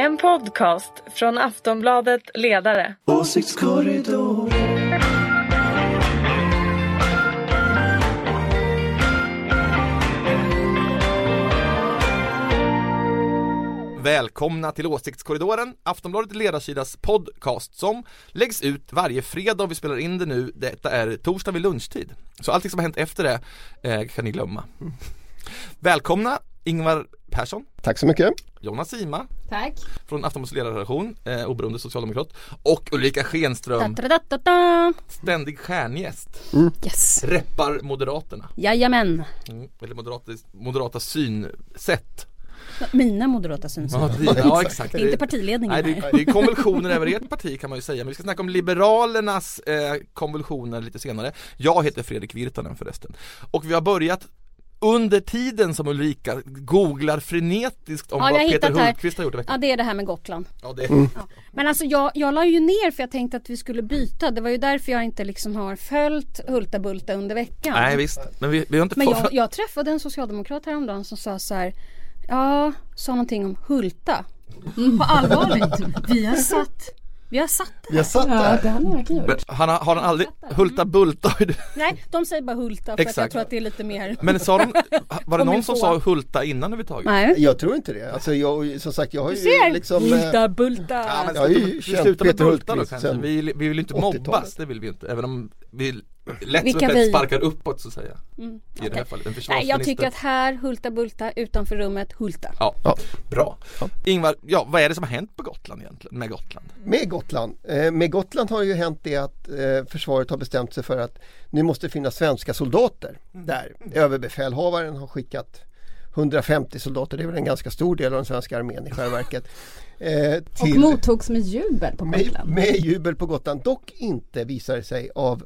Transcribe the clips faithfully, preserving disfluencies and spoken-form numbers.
En podcast från Aftonbladet Ledare. Åsiktskorridor. Välkomna till Åsiktskorridoren, Aftonbladet Ledarsidas podcast som läggs ut varje fredag och vi spelar in det nu. Detta är torsdag vid lunchtid. Så allt som har hänt efter det eh, kan ni glömma. Mm. Välkomna Ingvar Persson. Tack så mycket. Jonas Sima. Tack. Från Aftonbladets ledarredaktion, eh, oberoende socialdemokrat. Och Ulrika Schenström. Da, da, da, da. Ständig stjärngäst. Mm. Yes. Reppar Moderaterna. Jajamän. Mm. Eller moderata, moderata synsätt. Mina moderata synsätt. Ja, ja, exakt. Inte partiledningen. Nej, det, det är konvulsioner över ert parti kan man ju säga. Men vi ska snacka om Liberalernas eh, konvulsioner lite senare. Jag heter Fredrik Virtanen förresten. Och vi har börjat under tiden som Ulrika googlar frenetiskt om ja, vad Peter här. Hultqvist har gjort i veckan. Ja, det är det här med Gotland. Ja, det. Mm. Ja. Men alltså jag, jag la ju ner för jag tänkte att vi skulle byta. Det var ju därför jag inte liksom har följt Hulta Bulta under veckan. Nej visst, men vi, vi har inte Men fått... jag, jag träffade en socialdemokrat häromdagen som sa så här. Ja, sa någonting om Hulta. Mm, på allvarligt. Vi har satt Vi har satt det här. Vi har satt det här. Ja, det har ni verkligen gjort. Han har, har han aldrig Hulta Bulta? Nej, de säger bara Hulta för Exakt. att jag tror att det är lite mer. Men sa de, var det någon Kom som på. sa Hulta innan överhuvudtaget? Nej. Jag tror inte det. Alltså jag, som sagt, jag har Du ju ser, liksom... Hulta Bulta. Ja, men Jag har ju vi känt slutar med Peter Bulta då Hultqvist kanske. sen Vi, vi vill inte mobbas, åttiotalet. det vill vi inte. Även om vi lätt Vilka som ett vi? sparkar uppåt så att säga. Mm, I det här okej. fallet, en Nej, försvarsminister. jag tycker att här Hulta Bulta, utanför rummet Hulta. Ja, Ja. bra. Ja. Ingvar, ja, vad är det som har hänt på Gotland egentligen, med Gotland? Med Gotland. Eh, med Gotland har ju hänt det att eh, försvaret har bestämt sig för att nu måste det finnas svenska soldater där. Överbefälhavaren har skickat hundrafemtio soldater, det är väl en ganska stor del av den svenska armén i själva verket. Eh, till, Och mottogs med jubel på med, Gotland. med jubel på Gotland. Dock inte visar det sig av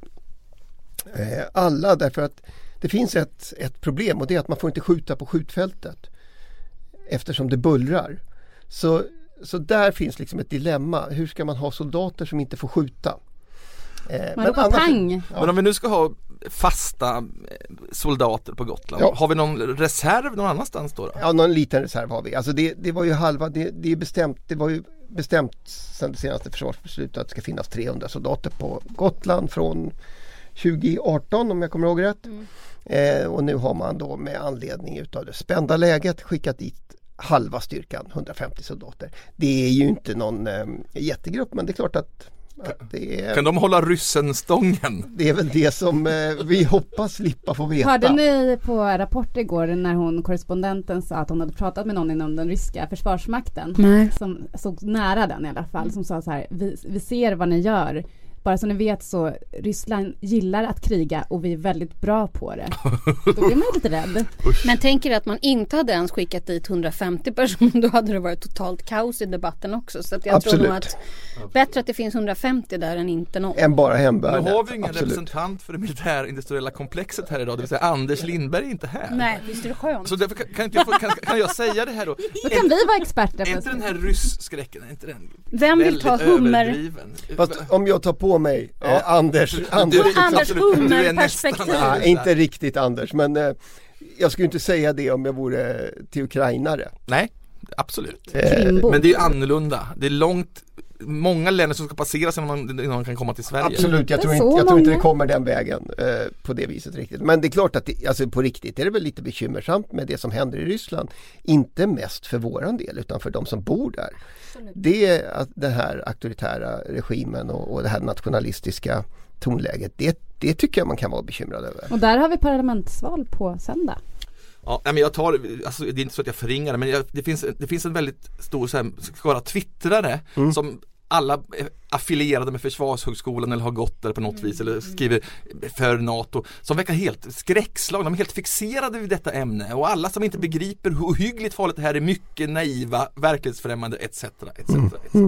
eh, alla, därför att det finns ett, ett problem och det är att man får inte skjuta på skjutfältet eftersom det bullrar. Så, så där finns liksom ett dilemma. Hur ska man ha soldater som inte får skjuta? Eh, Man ropar pang. Ja. Men om vi nu ska ha fasta soldater på Gotland, Ja. har vi någon reserv någon annanstans då? då? Ja, någon liten reserv har vi. Alltså det, det var ju halva, det, det är bestämt, det var ju bestämt sedan det senaste försvarsbeslutet att det ska finnas trehundra soldater på Gotland från tjugo arton om jag kommer ihåg rätt. Mm. Eh, och nu har man då med anledning utav det spända läget skickat dit halva styrkan, hundrafemtio soldater. Det är ju inte någon eh, jättegrupp, men det är klart att, att det, är, Kan de hålla ryssen stången? det är väl det som eh, vi hoppas slippa få veta. Hörde ni på Rapport igår när hon, korrespondenten, sa att hon hade pratat med någon inom den ryska försvarsmakten? Nej. Som såg nära den i alla fall, som sa så här, vi, vi ser vad ni gör. Bara så ni vet så, Ryssland gillar att kriga och vi är väldigt bra på det. Då blir man lite rädd. Men tänker du att man inte hade ens skickat dit hundrafemtio personer, då hade det varit totalt kaos i debatten också. Så att jag Absolut. tror nog att bättre att det finns hundrafemtio där än inte någon. Än bara hemvärnet. Nu har vi ingen Absolut. representant för det militärindustriella komplexet här idag, det vill säga Anders Lindberg är inte här. Nej, visst är det skönt. Så därför kan, kan, inte jag få, kan, kan jag säga det här då? Då kan vi vara experter. Är inte den här ryssskräcken, är inte den Vem vill ta väldigt hummer? överdriven? Fast om jag tar på mig Ja. eh, Anders, Anders Du är- Anders absolut, du är nästan Hummer-perspektiv. där. nej, inte riktigt Anders, men eh, jag skulle inte säga det om jag vore till ukrainare. Nej, absolut. Eh, Krimbo. Men det är ju annorlunda. Det är långt, många länder som ska passeras innan man, innan man kan komma till Sverige. Absolut, jag Inte tror, så inte, jag tror inte det många. kommer den vägen eh, på det viset riktigt. Men det är klart att det, alltså på riktigt är det väl lite bekymmersamt med det som händer i Ryssland. Inte mest för våran del utan för de som bor där. Det är att den här auktoritära regimen och, och det här nationalistiska tonläget, det, det tycker jag man kan vara bekymrad över. Och där har vi parlamentsval på söndag. Ja, nej, men jag tar, alltså, det är inte så att jag förringar det, men jag, det, finns, det finns en väldigt stor så här, skara twittrare Mm. som alla är affilierade med Försvarshögskolan eller har gått där på något vis eller skriver för NATO, som verkar helt skräckslag. De är helt fixerade vid detta ämne och alla som inte begriper hur hyggligt farligt det här är mycket naiva, verklighetsfrämmande et cetera et cetera et cetera. Mm.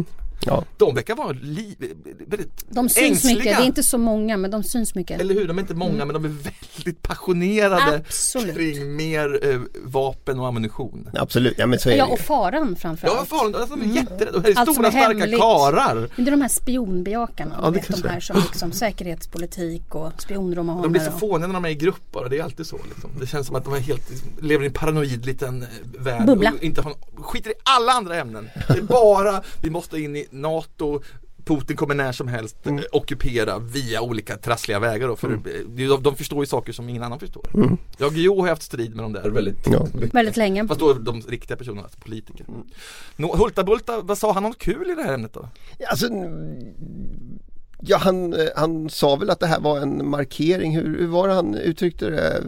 Ja. De verkar vara li- väldigt De syns ängsliga. mycket, det är inte så många men de syns mycket. Eller hur, de är inte många Mm. men de är väldigt passionerade Absolut. kring mer eh, vapen och ammunition. Absolut, ja men så är Ja, det. och faran framförallt. Ja, fan, alltså, de är jätterädda. Det är Allt som stora är starka hemligt. karar. Men det är de här spionbejakarna, Ja, det vet, kanske de här är. som liksom säkerhetspolitik och spionromaner. De blir så och... fåniga när de är i grupp bara, det är alltid så liksom. Det känns som att de är helt, lever i en paranoid liten eh, värld. Bubbla. Och inte har, skiter i alla andra ämnen. Det är bara, vi måste in i NATO. Putin kommer när som helst mm. ockupera via olika trassliga vägar då, för mm. de, de förstår ju saker som ingen annan förstår. Mm. Jag och Guillou har haft strid med dem där väldigt, ja. väldigt länge. Fast då de riktiga personerna, alltså politiker. Mm. Nå, Hulta Bulta, vad sa han om kul i det här ämnet då? Alltså, ja, han, han sa väl att det här var en markering. Hur, hur var det han uttryckte det?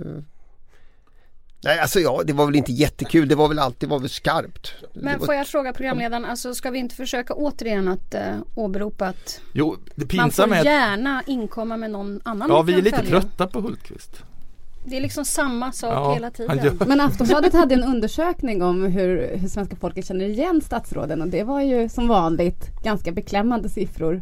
Nej, alltså ja, det var väl inte jättekul. Det var väl alltid var väl skarpt. Men var... får jag fråga programledaren, alltså ska vi inte försöka återigen att uh, åberopa att jo, det man får med... gärna inkomma med någon annan? Ja, vi är lite följa. trötta på Hultqvist. Det är liksom samma sak ja, hela tiden. Men Aftonbladet hade en undersökning om hur, hur svenska folket känner igen statsråden och det var ju som vanligt ganska beklämmande siffror.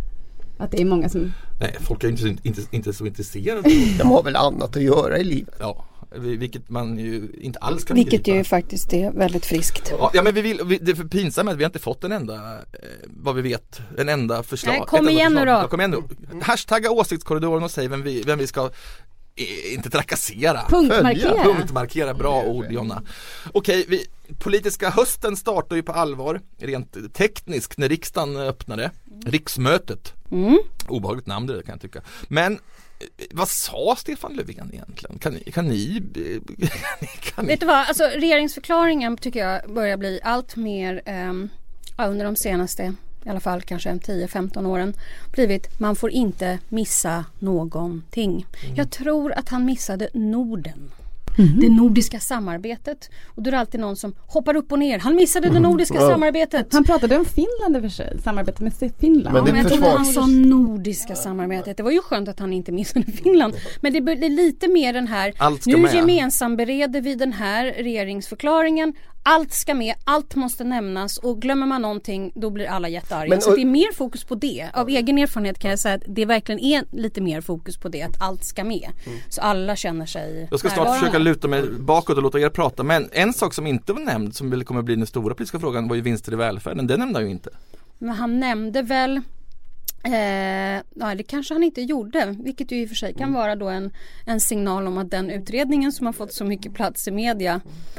Att det är många som... Nej, folk är inte, inte, inte så intresserade. De har väl annat att göra i livet. Ja. Vilket man ju inte alls kan Vilket begripa. ju faktiskt är väldigt friskt. Ja, men vi vill, vi, det är för pinsamt att vi har inte fått en enda, eh, vad vi vet, en enda förslag. Nej, kom igen nu då. Ja, kom igen nu. Hashtagga åsiktskorridoren och säg vem vi, vem vi ska eh, inte trakassera. Punktmarkera. Punktmarkera, bra ord Jonna. Okej, vi, politiska hösten startar ju på allvar, rent tekniskt, när riksdagen öppnade. Riksmötet. Mm. Obehagligt namn det kan jag tycka. Men vad sa Stefan Löfven egentligen? Kan ni, kan ni, kan ni? Vet du vad, alltså regeringsförklaringen tycker jag börjar bli allt mer um, under de senaste, i alla fall kanske tio femton åren, blivit man får inte missa någonting. Mm. Jag tror att han missade Norden. Mm. Det nordiska samarbetet. Och då är det alltid någon som hoppar upp och ner. Han missade det nordiska mm. samarbetet. Han pratade om Finland i och för sig. Samarbetet med Finland. Men det ja, men jag försvars... trodde han sa nordiska samarbetet. Det var ju skönt att han inte missade Finland. Men det är lite mer den här. Nu med. Gemensamt bereder vi den här regeringsförklaringen. Allt ska med, allt måste nämnas och glömmer man någonting då blir alla jättearga. Men, och, så det är mer fokus på det. Av egen erfarenhet kan jag säga att det verkligen är lite mer fokus på det, att allt ska med. Mm. Så alla känner sig Jag ska snart närvarande. Försöka luta mig bakåt och låta er prata. Men en sak som inte var nämnd, som väl kommer bli den stora politiska frågan, var ju vinster i välfärden. Det nämnde han ju inte. Men han nämnde väl Eh, ja, det kanske han inte gjorde, vilket ju i och för sig kan mm. vara då en, en signal om att den utredningen som har fått så mycket plats i media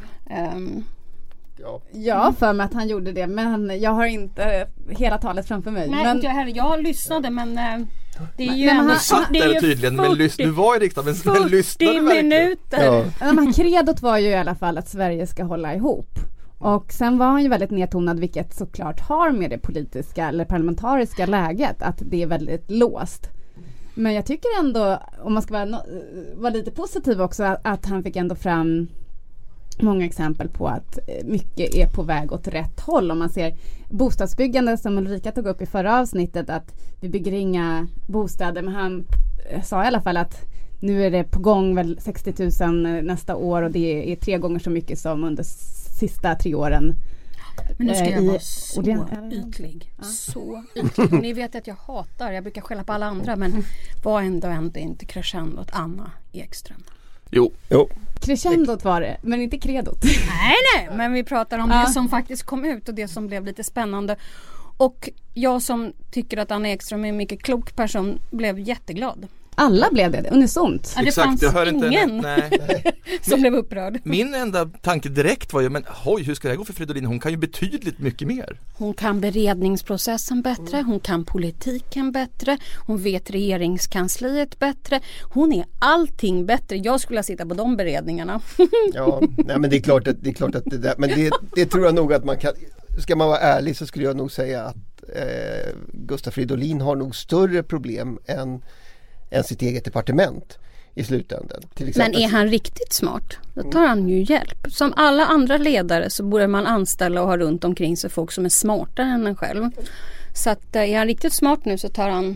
um, Ja. Jag för mig att han gjorde det, men jag har inte hela talet framför mig. Nej, men... inte jag heller. Jag lyssnade, men äh, det är men, ju men ändå... han satt där tydligen, men lys- du var i riksdagen, men, men lyssnade verkligen. minuter. Ja. Ja, men kredot var ju i alla fall att Sverige ska hålla ihop. Och sen var han ju väldigt nedtonad, vilket såklart har med det politiska eller parlamentariska läget, att det är väldigt låst. Men jag tycker ändå, om man ska vara, no- vara lite positiv också, att, att han fick ändå fram många exempel på att mycket är på väg åt rätt håll. Om man ser bostadsbyggande som Ulrika tog upp i förra avsnittet, att vi bygger inga bostäder, men han sa i alla fall att nu är det på gång väl sextio tusen nästa år och det är tre gånger så mycket som under sista tre åren. Men nu ska jag i, vara så det, ytlig. Ja. Så ytlig. Ni vet att jag hatar, jag brukar skälla på alla andra, men var ändå ändå inte crescendot Anna Ekström. Jo, jo. Crescendot var det, men inte kredot. Nej, nej, men vi pratar om ja. det som faktiskt kom ut och det som blev lite spännande. Och jag som tycker att Anna Ekström är en mycket klok person blev jätteglad. Alla blev det, unisont. Ja, det exakt, fanns jag hör ingen inte, nej. som blev upprörd. Min enda tanke direkt var ju, men hoj, hur ska det gå för Fridolin? Hon kan ju betydligt mycket mer. Hon kan beredningsprocessen bättre, hon kan politiken bättre, hon vet regeringskansliet bättre. Hon är allting bättre. Jag skulle sitta på de beredningarna. Ja, nej, men det är klart att det är klart att det där, men det, det tror jag nog att man kan, ska man vara ärlig så skulle jag nog säga att eh, Gustaf Fridolin har nog större problem än än sitt eget departement i slutändan. Till exempel. Men är han riktigt smart? Då tar han ju hjälp. Som alla andra ledare så borde man anställa och ha runt omkring sig folk som är smartare än en själv. Så att är han riktigt smart nu så tar han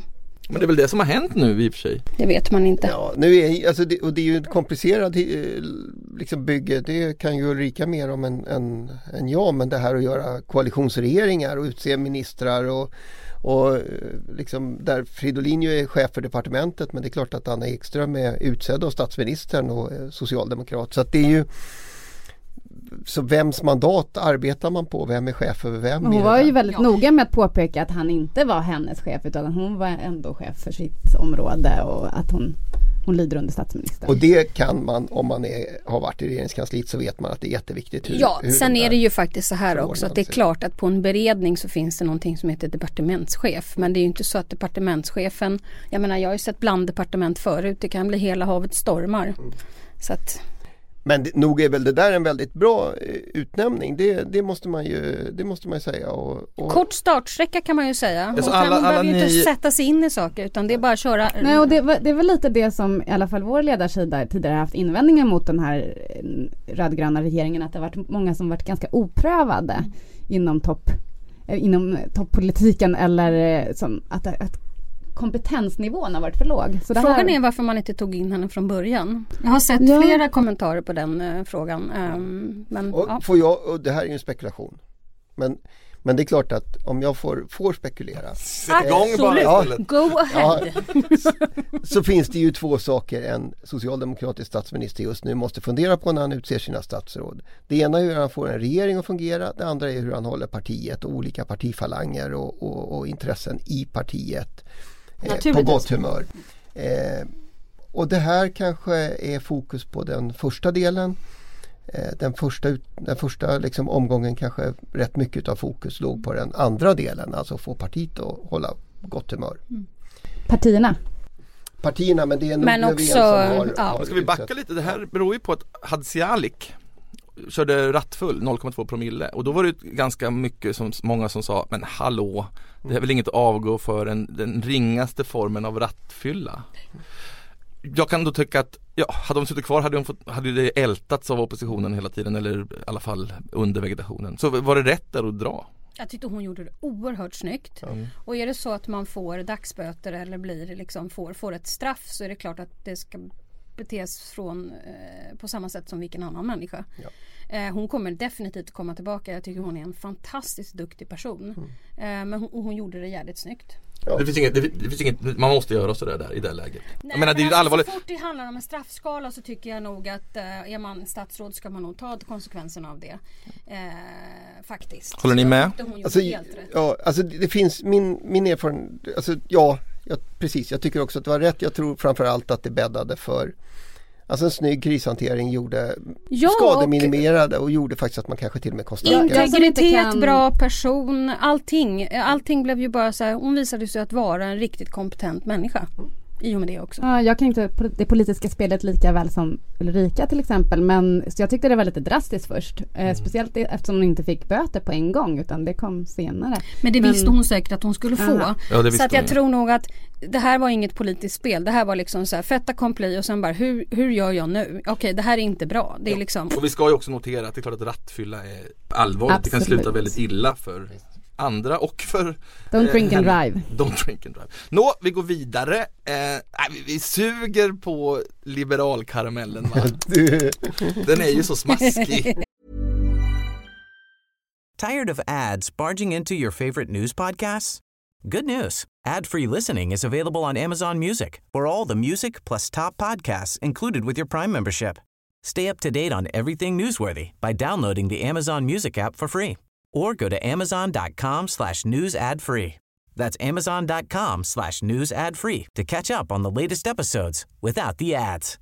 Men det är väl det som har hänt nu i och för sig. Det vet man inte. Ja, nu är, alltså det, och det är ju ett komplicerat liksom bygge. Det kan ju Ulrika mer om än, än, än jag. Men det här att göra koalitionsregeringar och utse ministrar och, och liksom där Fridolin ju är chef för departementet. Men det är klart att Anna Ekström är utsedd av statsministern och socialdemokrat. Så att det är ju så vems mandat arbetar man på? Vem är chef över vem? Hon var ju väldigt ja. noga med att påpeka att han inte var hennes chef utan hon var ändå chef för sitt område och att hon, hon lyder under statsministern. Och det kan man, om man är, har varit i regeringskansliet så vet man att det är jätteviktigt. Hur, ja, hur sen är det ju faktiskt så här också att det är klart att på en beredning så finns det någonting som heter departementschef. Men det är ju inte så att departementschefen, jag menar jag har ju sett blanddepartement förut, det kan bli hela havet stormar. Mm. Så att... Men det, nog är väl det där en väldigt bra eh, utnämning. Det, det, måste man ju, det måste man ju säga. Och, och... Kort startsträcka kan man ju säga. Alltså alla, alla, man behöver ju ni... inte sätta sig in i saker utan det är bara att köra. Nej, och det, var, det var lite det som i alla fall vår ledarsida tidigare haft invändningar mot den här rödgröna regeringen. Att det har varit många som varit ganska oprövade mm. inom, topp, inom topppolitiken eller som att, att kompetensnivån har varit för låg. Så det frågan här... är varför man inte tog in henne från början. Jag har sett ja. flera kommentarer på den uh, frågan. Um, men, och ja. får jag, och det här är ju en spekulation. Men, men det är klart att om jag får, får spekulera. Sätt igång bara. Ja, go ahead. Ja, så, så finns det ju två saker en socialdemokratisk statsminister just nu måste fundera på när han utser sina statsråd. Det ena är hur han får en regering att fungera. Det andra är hur han håller partiet och olika partifalanger och, och, och intressen i partiet. Eh, på gott humör. Eh, och det här kanske är fokus på den första delen. Eh, den första, ut, den första liksom omgången kanske rätt mycket av fokus låg på den andra delen. Alltså få partiet att hålla gott humör. Mm. Partierna? Partierna, men det är nog men också, som har, ja. har Ska vi backa lite? Det här beror ju på att Hadzialic körde rattfull, noll komma två promille. Och då var det ganska mycket som många som sa, men hallå, det är väl inget att avgå för en, den ringaste formen av rattfylla. Jag kan då tycka att, ja, hade de suttit kvar hade, de fått, hade det ältats av oppositionen hela tiden, eller i alla fall under vegetationen. Så var det rätt där att dra? Jag tyckte hon gjorde det oerhört snyggt. Mm. Och är det så att man får dagsböter eller blir liksom får, får ett straff så är det klart att det ska betes från, eh, på samma sätt som vilken annan människa. Ja. Eh, hon kommer definitivt komma tillbaka. Jag tycker hon är en fantastiskt duktig person. Mm. Eh, men hon, hon gjorde det jävligt snyggt. Ja. Det finns inget, det, det finns inget, man måste göra så där, där i det läget. Nej, jag menar, det är alltså, allvarligt. Så fort det handlar om en straffskala så tycker jag nog att eh, är man statsråd ska man nog ta konsekvenserna av det. Eh, faktiskt. Håller ni med? Alltså, ja, alltså det, det finns min, min erfarenhet, alltså ja, jag, precis, jag tycker också att det var rätt. Jag tror framförallt att det bäddade för alltså en snygg krishantering gjorde ja, skademinimerade och, och gjorde faktiskt att man kanske till och med kom starkare. Integritet, kan... bra person, allting. Allting blev ju bara så här, hon visade sig att vara en riktigt kompetent människa. I och med det också. Ja, jag kan inte det politiska spelet lika väl som Ulrika till exempel, men så jag tyckte det var lite drastiskt först. Mm. Eh, speciellt eftersom hon inte fick böter på en gång utan det kom senare. Men det visste men... hon säkert att hon skulle få. Ja. Ja, så att jag tror nog att det här var inget politiskt spel. Det här var liksom så här fetta kompli och sen bara hur, hur gör jag nu? Okej, okay, det här är inte bra. Det är ja. liksom... Och vi ska ju också notera att det är klart att rattfylla är allvarligt. Absolut. Det kan sluta väldigt illa för andra och för Don't eh, drink and drive. Don't drink and drive. Nå, vi går vidare. Eh, vi, vi suger på liberalkaramellen, va? Den är ju så smaskig. Tired of ads barging into your favorite news podcasts? Good news. Ad-free listening is available on Amazon Music for all the music plus top podcasts included with your Prime membership. Stay up to date on everything newsworthy by downloading the Amazon Music app for free. Or go to amazon.com slash news ad free. That's amazon.com slash news ad free to catch up on the latest episodes without the ads.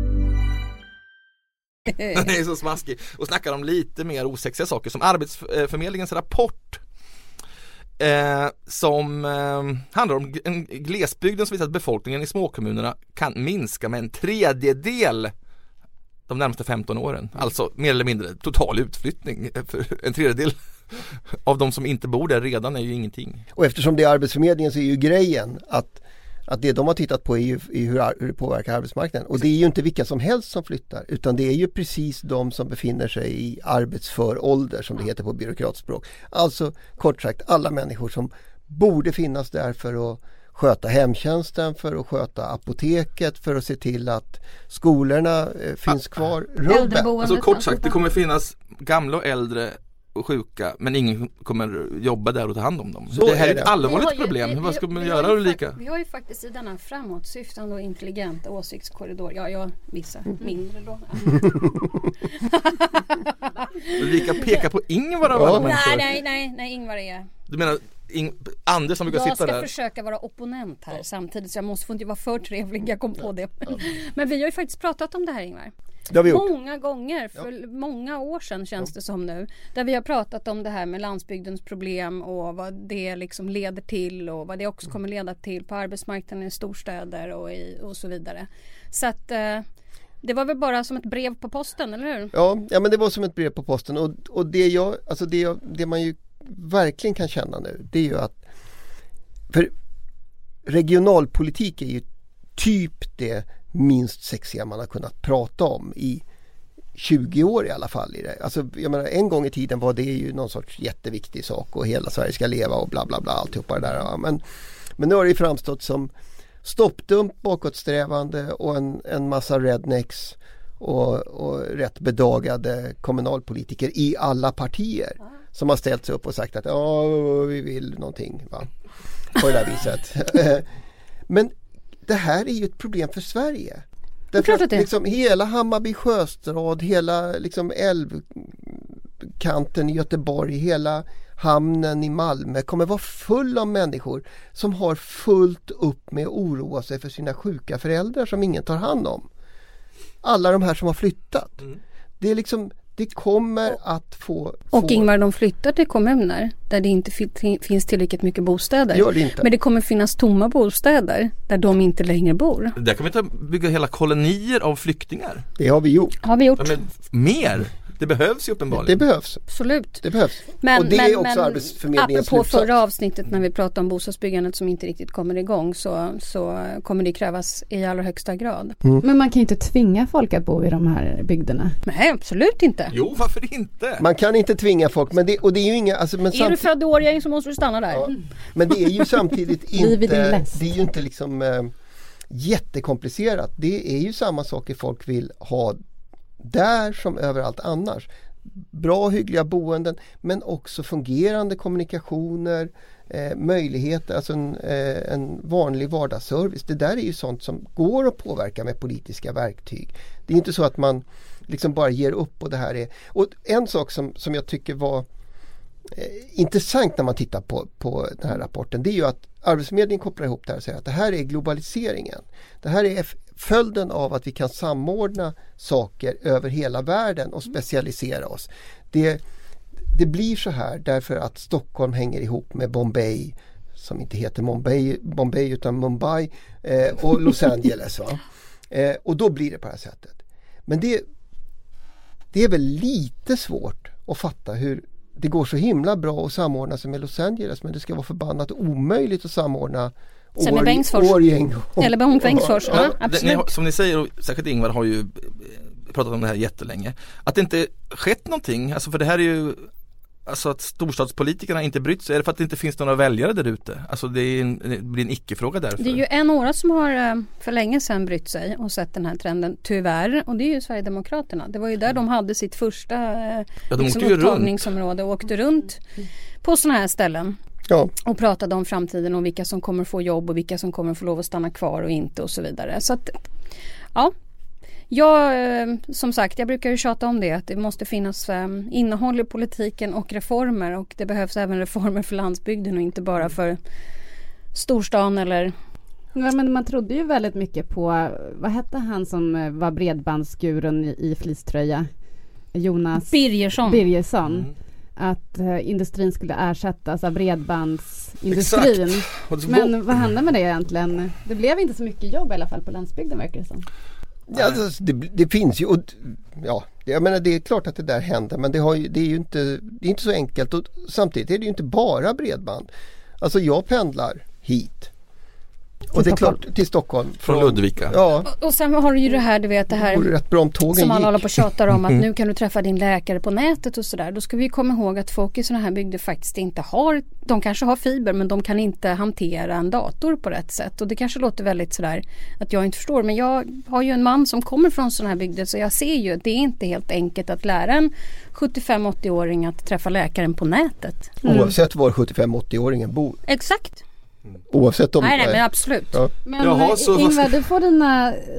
Den är så smaskig. Och snackar om lite mer osexiga saker som Arbetsförmedlingens rapport eh, som eh, handlar om en glesbygden som visar att befolkningen i småkommunerna kan minska med en tredjedel de närmaste femton åren. Alltså mer eller mindre total utflyttning. För en tredjedel av de som inte bor där redan är ju ingenting. Och eftersom det är Arbetsförmedlingen så är ju grejen att, att det de har tittat på är ju är hur, hur det påverkar arbetsmarknaden. Och det är ju inte vilka som helst som flyttar utan det är ju precis de som befinner sig i arbetsför ålder som det heter på byråkratspråk. Alltså kort sagt alla människor som borde finnas där för att sköta hemtjänsten, för att sköta apoteket, för att se till att skolorna eh, finns Ah. kvar. Rubbet. Alltså kort sagt, det kommer finnas gamla och äldre och sjuka, men ingen kommer jobba där och ta hand om dem. Så det här är är det. ett allvarligt Vi har ju- problem. vi- Vad ska vi- man vi göra har ju Ulrika? fakt- Vi har ju faktiskt i denna framåtsyftande och intelligenta åsiktskorridor, ja, jag vissa mindre då. Ulrika pekar på Ingvar av Ja. alla nej, människor. nej, nej, nej, Ingvar är... Du menar Ing- Anders som brukar Jag sitta ska där? försöka vara opponent här samtidigt, så jag måste få inte vara för trevlig, jag kom på det. Men vi har ju faktiskt pratat om det här, Ingvar. Det har vi gjort. Många gånger, för många år sedan känns det som nu, där vi har pratat om det här med landsbygdens problem och vad det liksom leder till och vad det också kommer leda till på arbetsmarknaden i storstäder och, i, och så vidare. Så att eh, det var väl bara som ett brev på posten, eller hur? Ja, ja, men det var som ett brev på posten och, och det, jag, alltså det, jag, det man ju verkligen kan känna nu, det är ju att för regionalpolitik är ju typ det minst sexiga man har kunnat prata om i tjugo år i alla fall. I det. Alltså, jag menar, en gång i tiden var det ju någon sorts jätteviktig sak och hela Sverige ska leva och bla bla bla alltihopa det där. Ja, men, men nu har det ju framstått som stoppdump, bakåtsträvande och en, en massa rednecks och, och rätt bedagade kommunalpolitiker i alla partier som har ställt sig upp och sagt att ja, vi vill någonting, va? På det där viset. Men det här är ju ett problem för Sverige. Därför att liksom hela Hammarby sjöstad, hela liksom älvkanten i Göteborg, hela hamnen i Malmö kommer vara full av människor som har fullt upp med att oroa sig för sina sjuka föräldrar som ingen tar hand om. Alla de här som har flyttat. Mm. Det är liksom, det kommer att få... Och få... Ingvar, de flyttar till kommuner där det inte fi- finns tillräckligt mycket bostäder. Gör det inte. Men det kommer finnas tomma bostäder där de inte längre bor. Där kan vi ta, bygga hela kolonier av flyktingar. Det har vi gjort. Har vi gjort. Ja, men mer. Det behövs ju uppenbarligen. Det behövs. Absolut. Det behövs. Men, och det men, är också men Arbetsförmedlingens apropå slutsats. förra avsnittet när vi pratade om bostadsbyggandet som inte riktigt kommer igång, så, så kommer det krävas i allra högsta grad. Mm. Men man kan ju inte tvinga folk att bo i de här bygderna. Nej, absolut inte. Jo, varför inte? Man kan inte tvinga folk, men det, och det är ju inga... Alltså, men Är du samt... född i Årjäng så måste du stanna där. Ja, men det är ju samtidigt Liv i din inte... läst. Det är ju inte liksom äh, jättekomplicerat. Det är ju samma saker folk vill ha där som överallt annars. Bra, hyggliga boenden, men också fungerande kommunikationer, eh, möjligheter, alltså en, eh, en vanlig vardagsservice. Det där är ju sånt som går att påverka med politiska verktyg. Det är inte så att man liksom bara ger upp och det här är... Och en sak som, som jag tycker var eh, intressant när man tittar på, på den här rapporten, det är ju att Arbetsförmedlingen kopplar ihop det här och säger att det här är globaliseringen. Det här är följden av att vi kan samordna saker över hela världen och specialisera oss. Det, det blir så här därför att Stockholm hänger ihop med Bombay, som inte heter Bombay, Bombay utan Mumbai, eh, och Los Angeles. Va? Eh, och då blir det på det här sättet. Men det, det är väl lite svårt att fatta hur det går så himla bra att samordna sig med Los Angeles, men det ska vara förbannat omöjligt att samordna Sen med Bengtsfors. Årgäng och, Eller Bong Bengtsfors, ja, Men, absolut. det, ni, som ni säger, och säkert Ingvar har ju pratat om det här jättelänge, att det inte skett någonting, alltså för det här är ju, alltså att storstadspolitikerna inte brytt sig, är det för att det inte finns några väljare där ute? Alltså det, är en, det blir en icke-fråga därför. Det är ju en några som har för länge sedan brytt sig och sett den här trenden, tyvärr, och det är ju Sverigedemokraterna. Det var ju där de hade sitt första ja, de liksom, åkte ju upptagningsområde och åkte runt på sådana här ställen. Ja. Och pratade om framtiden och vilka som kommer få jobb och vilka som kommer få lov att stanna kvar och inte och så vidare. Så att, ja. Jag, som sagt, jag brukar ju tjata om det, att det måste finnas um, innehåll i politiken och reformer, och det behövs även reformer för landsbygden och inte bara för storstan eller... Ja, men man trodde ju väldigt mycket på, vad hette han som var bredbandsguren i, i fleecetröja? Jonas Birgersson. Birgersson. Mm. Att uh, industrin skulle ersättas av bredbandsindustrin. Exakt. Men vad hände med det egentligen? Det blev inte så mycket jobb i alla fall på landsbygden, verkar det som. Ja, alltså, det, det finns ju, och, ja, jag menar, det är klart att det där händer, men det, har ju, det är ju inte, det är inte så enkelt, och samtidigt är det ju inte bara bredband. Alltså jag pendlar hit Och det är klart, till Stockholm. Från Ludvika. Ja. Och, och sen har du ju det här, du vet det här det rätt bra om tågen som alla gick. håller på och tjatar om att nu kan du träffa din läkare på nätet och sådär. Då ska vi komma ihåg att folk i sådana här bygder faktiskt inte har, de kanske har fiber men de kan inte hantera en dator på rätt sätt. Och det kanske låter väldigt sådär att jag inte förstår, men jag har ju en man som kommer från sådana här bygder så jag ser ju att det är inte helt enkelt att lära en sjuttiofem-åttio-åring att träffa läkaren på nätet. Mm. Oavsett var sjuttiofem-åttio-åringen bor. Exakt. Oavsett om... Nej, nej, men absolut. Ja. Men Jaha, så- Ingvar, du får dina eh,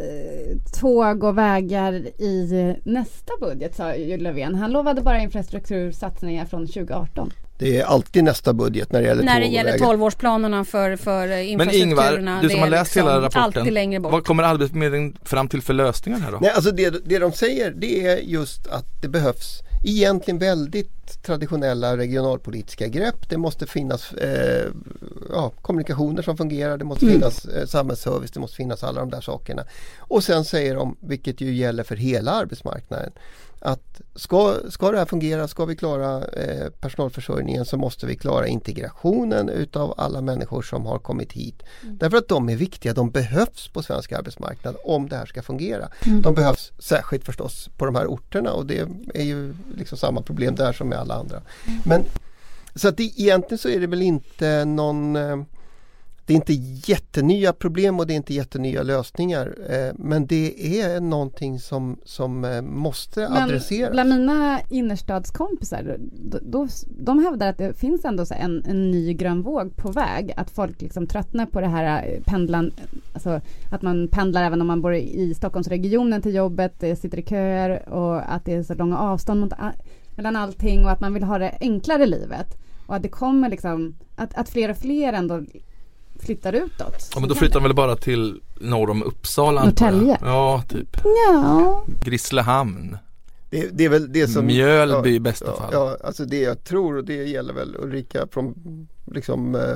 tåg och vägar i nästa budget, sa ju Löfven. Han lovade bara infrastruktursatsningar från tjugo arton. Det är alltid nästa budget när det gäller När det tåg och gäller vägar. tolvårsplanerna för, för Men infrastrukturerna. Ingvar, du som det har är läst liksom hela rapporten, alltid längre bort. vad kommer Arbetsförmedlingen fram till för lösningar här då? Nej, alltså det, det de säger det är just att det behövs egentligen väldigt traditionella regionalpolitiska grepp. Det måste finnas eh, ja, kommunikationer som fungerar, det måste finnas eh, samhällsservice, det måste finnas alla de där sakerna. Och sen säger de, vilket ju gäller för hela arbetsmarknaden, att ska, ska det här fungera, ska vi klara eh, personalförsörjningen så måste vi klara integrationen utav alla människor som har kommit hit. Mm. Därför att de är viktiga, de behövs på svensk arbetsmarknad om det här ska fungera. Mm. De behövs särskilt förstås på de här orterna och det är ju liksom samma problem där som med alla andra. Mm. Men så att det, egentligen så är det väl inte någon... Eh, Det är inte jättenya problem och det är inte jättenya lösningar. Eh, men det är någonting som, som eh, måste men adresseras. Bland mina innerstadskompisar, då, då, de hävdar att det finns ändå så en, en ny grön våg på väg. Att folk liksom tröttnar på det här pendlan, alltså att man pendlar även om man bor i Stockholmsregionen till jobbet, det sitter i köer och att det är så långa avstånd mot, mellan allting och att man vill ha det enklare livet. Och att det kommer liksom, att, att fler och fler ändå flyttar utåt. Ja, men då flyttar de väl bara till norr om Uppsala. Norrtälje. Ja, typ. Ja. Grisslehamn. Det, det är väl det som... Mjölby ja, i bästa ja, fall. Ja, alltså det jag tror och det gäller väl Ulrika från liksom... Eh,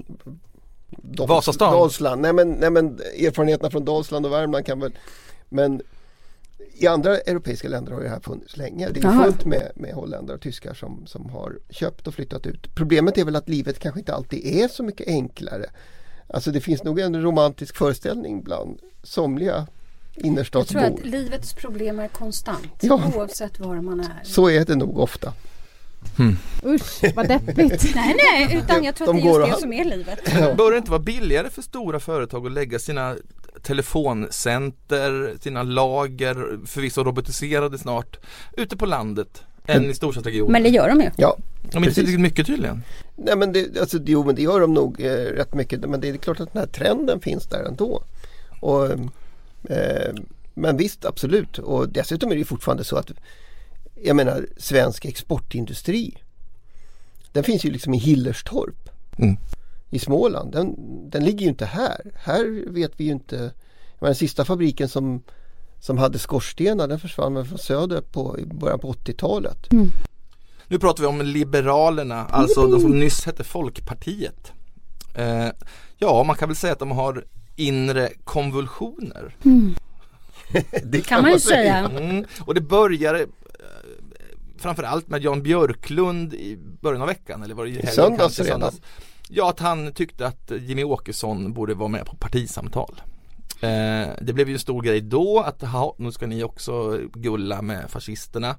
Dal- Vasastan. Dalsland. Nej men, nej men erfarenheterna från Dalsland och Värmland kan väl... Men i andra europeiska länder har det här funnits länge. Det är Aha. fullt med, med holländare och tyskar som, som har köpt och flyttat ut. Problemet är väl att livet kanske inte alltid är så mycket enklare. Alltså det finns nog en romantisk föreställning bland somliga innerstadsbor. Jag tror att livets problem är konstant. Ja. Oavsett var man är. Så är det nog ofta. Hmm. Usch, vad deppigt. Nej, nej, utan jag tror De att det är går just det och- som är livet. Bör det inte vara billigare för stora företag att lägga sina telefoncenter, sina lager, förvisso robotiserade snart, ute på landet än i storstadsregionen? Men det gör de ju. Ja, De är inte precis. riktigt mycket tydligen. Nej men det, alltså, jo, men det gör de nog eh, rätt mycket. Men det är klart att den här trenden finns där ändå. Och, eh, men visst, absolut. Och dessutom är det ju fortfarande så att jag menar, svensk exportindustri den finns ju liksom i Hillerstorp. Mm. I Småland. Den, den ligger ju inte här. Här vet vi ju inte. Jag menar, den sista fabriken som, som hade skorstenar den försvann väl från söder på, i början på åttiotalet. Mm. Nu pratar vi om Liberalerna, alltså de som nyss hette Folkpartiet. Eh, ja, man kan väl säga att de har inre konvulsioner. Mm. Det Kan man ju säga. Mm. Och det började eh, framförallt med Jan Björklund i början av veckan, eller var det i helgen söndags kanske, redan. söndags. Ja, att han tyckte att Jimmy Åkesson borde vara med på partisamtal. Eh, det blev ju en stor grej då att ha, nu ska ni också gulla med fascisterna.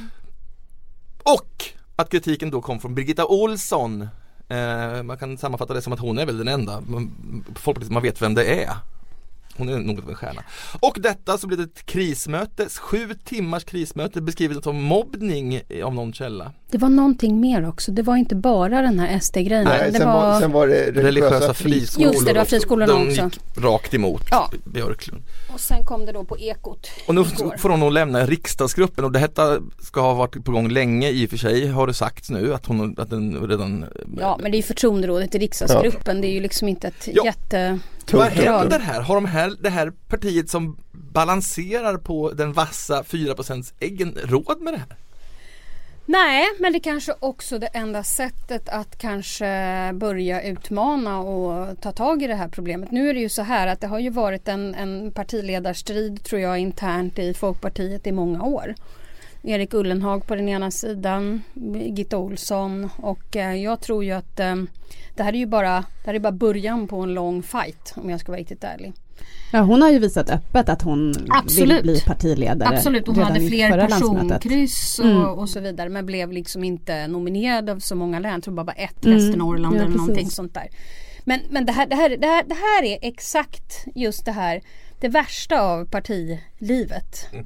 Och att kritiken då kom från Birgitta Olsson. Eh, man kan sammanfatta det som att hon är väl den enda. Man, folk, man vet vem det är. Hon är något av en stjärna. Och detta så blev det ett krismöte, sju timmars krismöte beskrivet som mobbning av någon källa. Det var någonting mer också. Det var inte bara den här S D-grejen. Nej, det sen, var... var, sen var det religiösa, Religiösa friskolor. friskolor. Just det, det var friskolorna De också. gick rakt emot Ja. Björklund. Och sen kom det då på Ekot. Och nu igår. får hon nog lämna riksdagsgruppen, och det här ska ha varit på gång länge i och för sig, har det sagts nu att hon att den redan... Ja, men det är ju förtroenderådet i riksdagsgruppen. Det är ju liksom inte ett Ja. jätte... Vad uppdrag. händer här? Har de här, det här partiet som balanserar på den vassa fyra procent äggen råd med det här? Nej, men det kanske också det enda sättet att kanske börja utmana och ta tag i det här problemet. Nu är det ju så här att det har ju varit en, en partiledarstrid, tror jag, internt i Folkpartiet i många år. Erik Ullenhag på den ena sidan, Birgitta Ohlsson, och eh, jag tror ju att eh, det här är ju bara, det här är bara början på en lång fight, om jag ska vara riktigt ärlig. Ja, hon har ju visat öppet att hon Absolut. vill bli partiledare. Absolut, hon hade fler personkryss och, mm. och så vidare, men blev liksom inte nominerad av så många län. Jag tror bara ett, mm. Västernorrland ja, eller precis. någonting sånt där. Men, men det, här, det, här, det, här, det här är exakt just det här, det värsta av partilivet. Mm.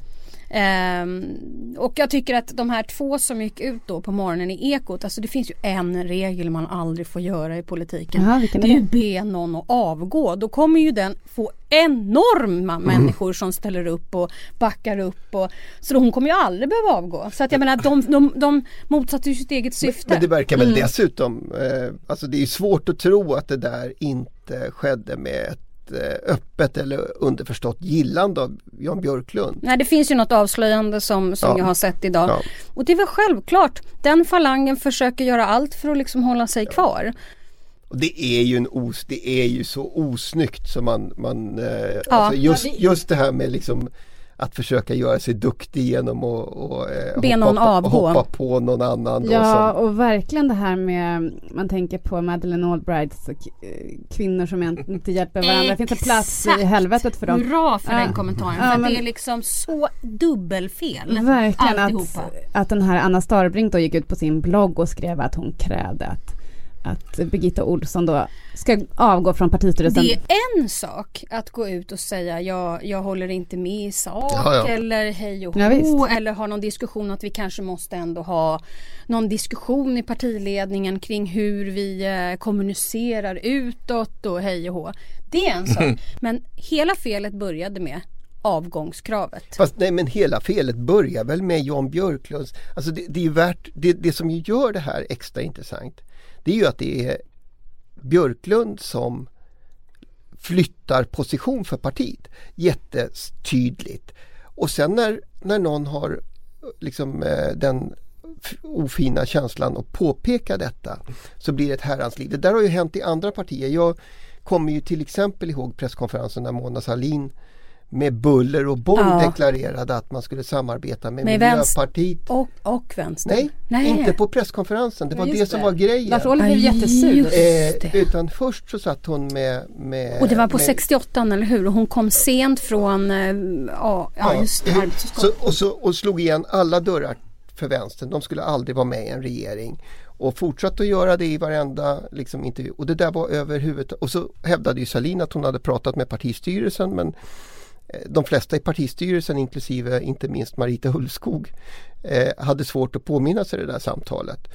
Um, och jag tycker att de här två som gick ut då på morgonen i Ekot, alltså det finns ju en regel man aldrig får göra i politiken. Aha, det är det? ju be någon att avgå. Då kommer ju den få enorma mm. människor som ställer upp och backar upp. Och, så då hon kommer ju aldrig behöva avgå. Så att jag menar, de, de, de motsatte ju sitt eget syfte. Men, men det verkar väl mm. dessutom, eh, alltså det är ju svårt att tro att det där inte skedde med ett öppet eller underförstått gillande av Jan Björklund. Nej, det finns ju något avslöjande som, som ja. jag har sett idag. Ja. Och det är väl självklart, den falangen försöker göra allt för att liksom hålla sig ja. kvar. Och det är ju en os, det är ju så osnyggt som man, man eh, ja. alltså just, just det här med liksom att försöka göra sig duktig genom att och, eh, be någon hoppa, avgå. hoppa på någon annan. Ja, då, som... och verkligen det här med, man tänker på Madeleine Albrights kvinnor som inte hjälper varandra. Det finns en plats i helvetet för dem. Hurra för ja. den kommentaren. Ja, för men... det är liksom så dubbelfel. Verkligen att, att den här Anna Starbrink då gick ut på sin blogg och skrev att hon krävde att att Birgitta Ohlsson då ska avgå från partistyrelsen. Det är en sak att gå ut och säga jag, jag håller inte med i sak ja, ja. eller hej och ja, ho, eller ha någon diskussion att vi kanske måste ändå ha någon diskussion i partiledningen kring hur vi eh, kommunicerar utåt och hej och hå. Det är en sak. Men hela felet började med avgångskravet. Fast nej, men hela felet börjar väl med Jan Björklunds, alltså det, det är ju värt, det, det som gör det här extra intressant, det är ju att det är Björklund som flyttar position för partiet jättetydligt. Och sen när, när någon har liksom eh, den ofina känslan att påpeka detta, så blir det ett herrans liv. Det där har ju hänt i andra partier. Jag kommer ju till exempel ihåg presskonferensen när Mona Sahlin med buller och bång ja. deklarerade att man skulle samarbeta med, med Miljöpartiet. Och, och vänster. Nej, Nej, inte på presskonferensen. Det var det, det som var grejen. Lars Ohly blev jättesur. Eh, utan först så satt hon med... med och det var på med, sextioåtta, eller hur? Och hon kom sent från... Eh, ja, ja, just det. Så, och, så, och slog igen alla dörrar för vänstern. De skulle aldrig vara med i en regering. Och fortsatte att göra det i varenda liksom, intervju. Och det där var över huvudet. Och så hävdade ju Sahlin att hon hade pratat med partistyrelsen, men de flesta i partistyrelsen, inklusive inte minst Marita Ulvskog, eh, hade svårt att påminna sig det där samtalet.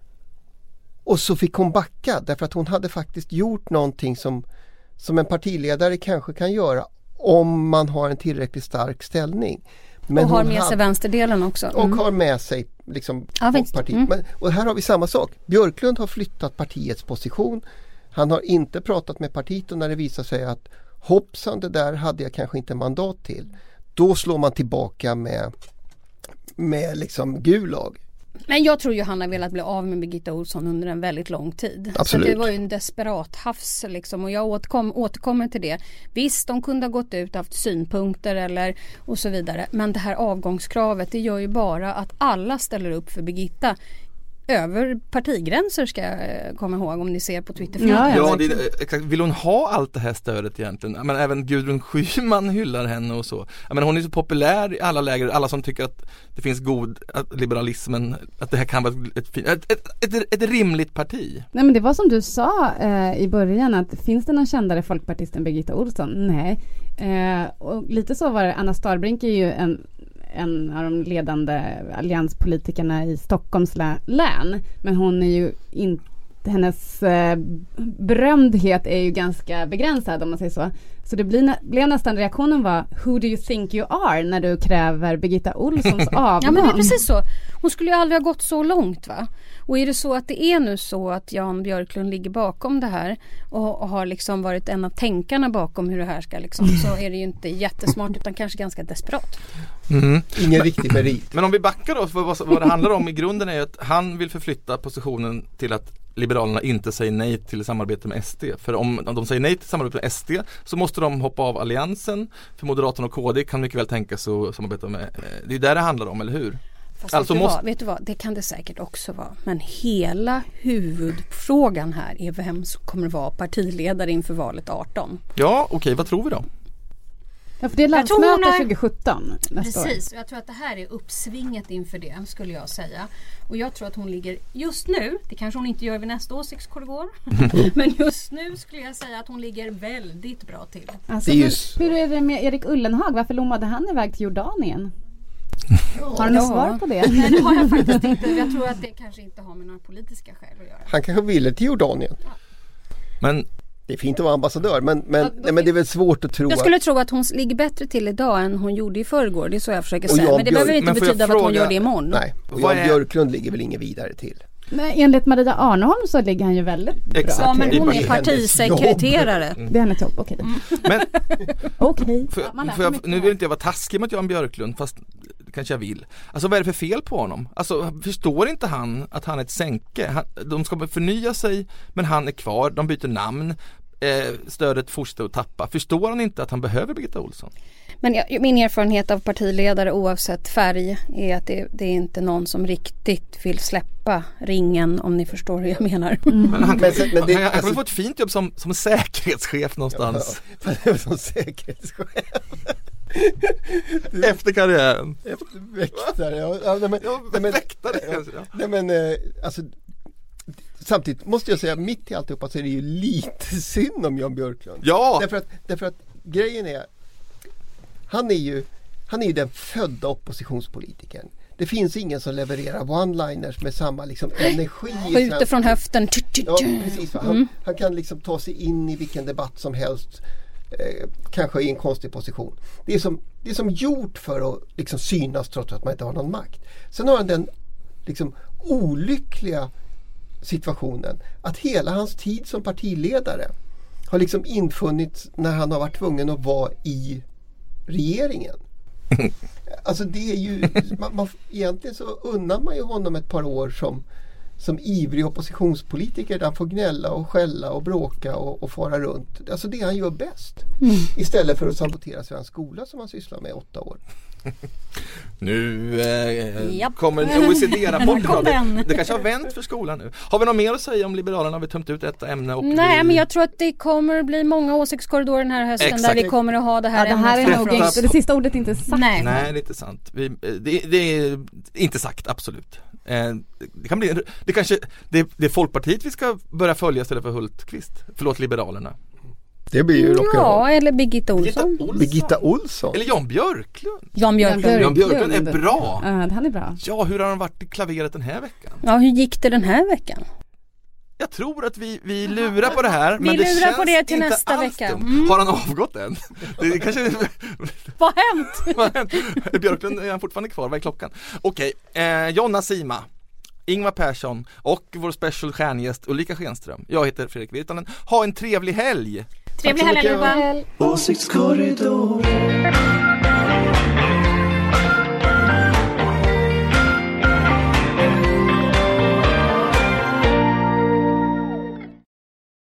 Och så fick hon backa därför att hon hade faktiskt gjort någonting som, som en partiledare kanske kan göra om man har en tillräckligt stark ställning. Men och har med hade, sig vänsterdelen också. Mm. Och har med sig liksom ja, partiet. Mm. Men, och här har vi samma sak. Björklund har flyttat partiets position. Han har inte pratat med partiet, och när det visar sig att hoppsan, det där hade jag kanske inte mandat till. Då slår man tillbaka med, med liksom gulag. Men jag tror ju han har velat bli av med Birgitta Ohlsson under en väldigt lång tid. Absolut. Så det var ju en desperat havs liksom, och jag återkom, återkommer till det. Visst, de kunde ha gått ut och haft synpunkter eller och så vidare. Men det här avgångskravet, det gör ju bara att alla ställer upp för Birgitta. Över partigränser ska jag komma ihåg, om ni ser på Twitter. Ja, ja, det, exakt. Vill hon ha allt det här stödet egentligen? Men även Gudrun Schyman hyllar henne och så. Men hon är så populär i alla läger, alla som tycker att det finns god att liberalismen, att det här kan vara ett, ett, ett, ett, ett rimligt parti. Nej, men det var som du sa eh, i början, att finns det någon kändare folkpartist än Birgitta Ohlsson? Nej. Eh, och lite så var det. Anna Starbrink är ju en en av de ledande allianspolitikerna i Stockholms län. Men hon är ju inte, hennes eh, berömdhet är ju ganska begränsad, om man säger så. Så det blir, blev nästan, reaktionen var who do you think you are när du kräver Birgitta Olssons avgång. Ja, men det är precis så. Hon skulle ju aldrig ha gått så långt, va? Och är det så att det är nu så att Jan Björklund ligger bakom det här och, och har liksom varit en av tänkarna bakom hur det här ska liksom, så är det ju inte jättesmart utan kanske ganska desperat. Mm. Ingen riktig merit. Men om vi backar då, för vad, vad det handlar om i grunden är att han vill förflytta positionen till att Liberalerna inte säger nej till samarbete med S D. För om, om de säger nej till samarbete med S D så måste de hoppa av alliansen. För Moderaterna och K D kan mycket väl tänka sig att samarbeta med. Det är där det handlar om, eller hur? Fast Alltså vet, du måste... vad, vet du vad, det kan det säkert också vara. Men hela huvudfrågan här är vem som kommer vara partiledare inför valet arton. Ja, okej, okay, vad tror vi då? Ja, för det är landsmöte är... tjugo sjutton nästa Precis, år. Jag tror att det här är uppsvinget inför det, skulle jag säga. Och jag tror att hon ligger just nu, det kanske hon inte gör vid nästa åsiktskorridor, men just nu skulle jag säga att hon ligger väldigt bra till. Alltså, hur, hur är det med Erik Ullenhag? Varför lommade han iväg till Jordanien? Har du något ja. svar på det? Nej, det har jag faktiskt inte. Jag tror att det kanske inte har med några politiska skäl att göra. Han kanske ville till Jordanien. Ja. Men det är fint att vara ambassadör, men, men, ja, nej, men det är väl svårt att tro. Jag skulle att... tro att hon ligger bättre till idag än hon gjorde i förrgår. Det är så jag försöker och säga. jag Men det Björk... behöver inte betyda fråga... att hon gör det imorgon. Nej, och Jan är... Björklund ligger väl ingen vidare till. Men enligt Maria Arnholm så ligger han ju väldigt bra. Exakt. Ja, men hon det är partisekreterare. Mm. Det är hennes jobb, okej. Mm. Men okay. för, ja, för jag, nu vill inte jag vara taskig mot Jan Björklund, fast kanske jag vill. Alltså vad är det för fel på honom? Alltså förstår inte han att han är ett sänke? Han, de ska förnya sig, men han är kvar. De byter namn. Eh, stödet fortsätter att tappa. Förstår han inte att han behöver Birgitta Ohlsson? Men jag, min erfarenhet av partiledare oavsett färg är att det, det är inte någon som riktigt vill släppa ringen, om ni förstår hur jag menar. Mm. Men han kan, men, men det, han, han alltså, kan få ett fint jobb som, som säkerhetschef någonstans. Ja, som säkerhetschef. Efter karriären. Efter väktare. Ja, ja, nej, men, ja, nej, men, väktare ja, kanske. Ja. Nej, men eh, alltså samtidigt måste jag säga, mitt i alltihopa så är det ju lite synd om Jan Björklund. Ja! Därför att, därför att grejen är, han är ju han är ju den födda oppositionspolitikern. Det finns ingen som levererar one-liners med samma liksom energi. Skjuter från höften. Ja, precis. Han, mm. han kan liksom ta sig in i vilken debatt som helst. Eh, kanske i en konstig position. Det är som, det är som gjort för att liksom synas trots att man inte har någon makt. Sen har han den liksom olyckliga situationen att hela hans tid som partiledare har liksom infunnits när han har varit tvungen att vara i regeringen. Alltså det är ju man, man, egentligen så unnar man ju honom ett par år som som ivrig oppositionspolitiker där han får gnälla och skälla och bråka och, och fara runt. Alltså det han gör bäst. Mm. Istället för att sabotera svensk skola som han sysslar med i åtta år. Nu eh, Japp. kommer en O E C D-rapport. Det, det kanske har vänt för skolan nu. Har vi något mer att säga om Liberalerna? Har vi tömt ut detta ämne? Och Nej, vi... men jag tror att det kommer bli många åsiktskorridorer den här hösten. Exakt. Där vi kommer att ha det här ja, det här ämnet är nog inte, det sista ordet är inte sagt. Nej, Nej det är inte sant. Vi, det, det är inte sagt, absolut. Eh, det kan bli, det kanske det, det är Folkpartiet vi ska börja följa istället för Hultqvist. Förlåt, Liberalerna. Det blir ju rock'n'roll. Ja, eller Birgitta Olsson. Olsson. Birgitta Olsson. Eller Jan Björklund. Jan Björklund. Jan Björklund är bra. Ja, han är bra. Ja, hur har han varit i klaveret den här veckan? Ja, hur gick det den här veckan? Jag tror att vi, vi lurar på det här. Vi men det lurar känns på det till inte nästa alls vecka. dumt. Mm. Har han avgått än? Det är kanske... Vad har hänt? Vad har hänt? Björklund är han fortfarande kvar. Vad är klockan? Okej, eh, Jonna Sima, Ingvar Persson och vår special stjärngäst Ulrika Schenström. Jag heter Fredrik Virtanen. Ha en trevlig helg! Trevlig helg allihopa! Åsiktskorridor.